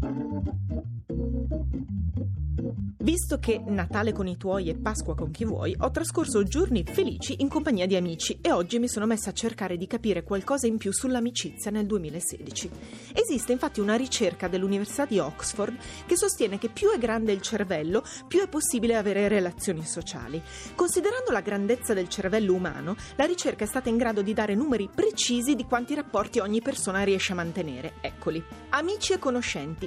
Visto che Natale con i tuoi e Pasqua con chi vuoi, ho trascorso giorni felici in compagnia di amici e oggi mi sono messa a cercare di capire qualcosa in più sull'amicizia nel 2016. Esiste infatti una ricerca dell'Università di Oxford che sostiene che più è grande il cervello, più è possibile avere relazioni sociali. Considerando la grandezza del cervello umano, la ricerca è stata in grado di dare numeri precisi di quanti rapporti ogni persona riesce a mantenere. Eccoli. Amici e conoscenti,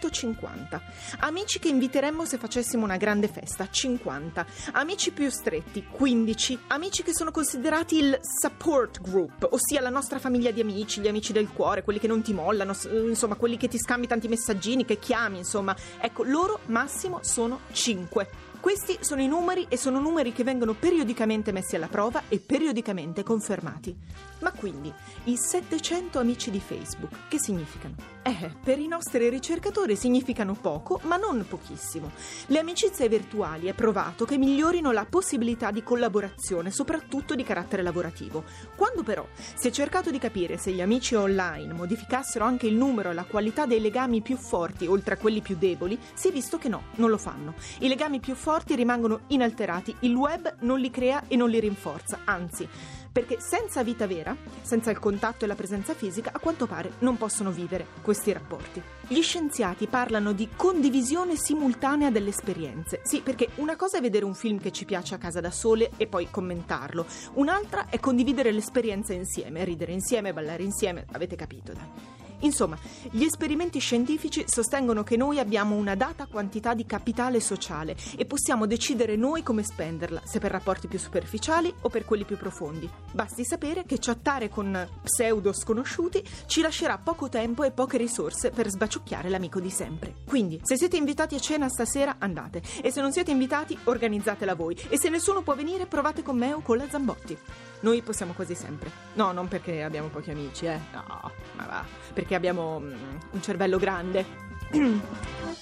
150. Amici che inviteremmo se facessimo una grande festa, 50. Amici più stretti, 15. Amici che sono considerati il support group, ossia la nostra famiglia di amici, gli amici del cuore, quelli che non ti mollano, insomma quelli che ti scambi tanti messaggini, che chiami, insomma. Ecco, loro massimo sono 5. Questi sono i numeri e sono numeri che vengono periodicamente messi alla prova e periodicamente confermati. Ma quindi, i 700 amici di Facebook, che significano? Per i nostri ricercatori significano poco, ma non pochissimo. Le amicizie virtuali è provato che migliorino la possibilità di collaborazione, soprattutto di carattere lavorativo. Quando però si è cercato di capire se gli amici online modificassero anche il numero e la qualità dei legami più forti, oltre a quelli più deboli, si è visto che no, non lo fanno. I legami più forti rimangono inalterati, il web non li crea e non li rinforza, anzi, perché senza vita vera, senza il contatto e la presenza fisica, a quanto pare non possono vivere questi rapporti. Gli scienziati parlano di condivisione simultanea delle esperienze. Sì, perché una cosa è vedere un film che ci piace a casa da sole e poi commentarlo, un'altra è condividere l'esperienza insieme, ridere insieme, ballare insieme, avete capito, dai. Insomma, gli esperimenti scientifici sostengono che noi abbiamo una data quantità di capitale sociale e possiamo decidere noi come spenderla, se per rapporti più superficiali o per quelli più profondi. Basti sapere che chattare con pseudo sconosciuti ci lascerà poco tempo e poche risorse per sbaciucchiare l'amico di sempre. Quindi, se siete invitati a cena stasera, andate. E se non siete invitati, organizzatela voi. E se nessuno può venire, provate con me o con la Zambotti. Noi possiamo quasi sempre. No, non perché abbiamo pochi amici, No, ma va. Perché abbiamo un cervello grande.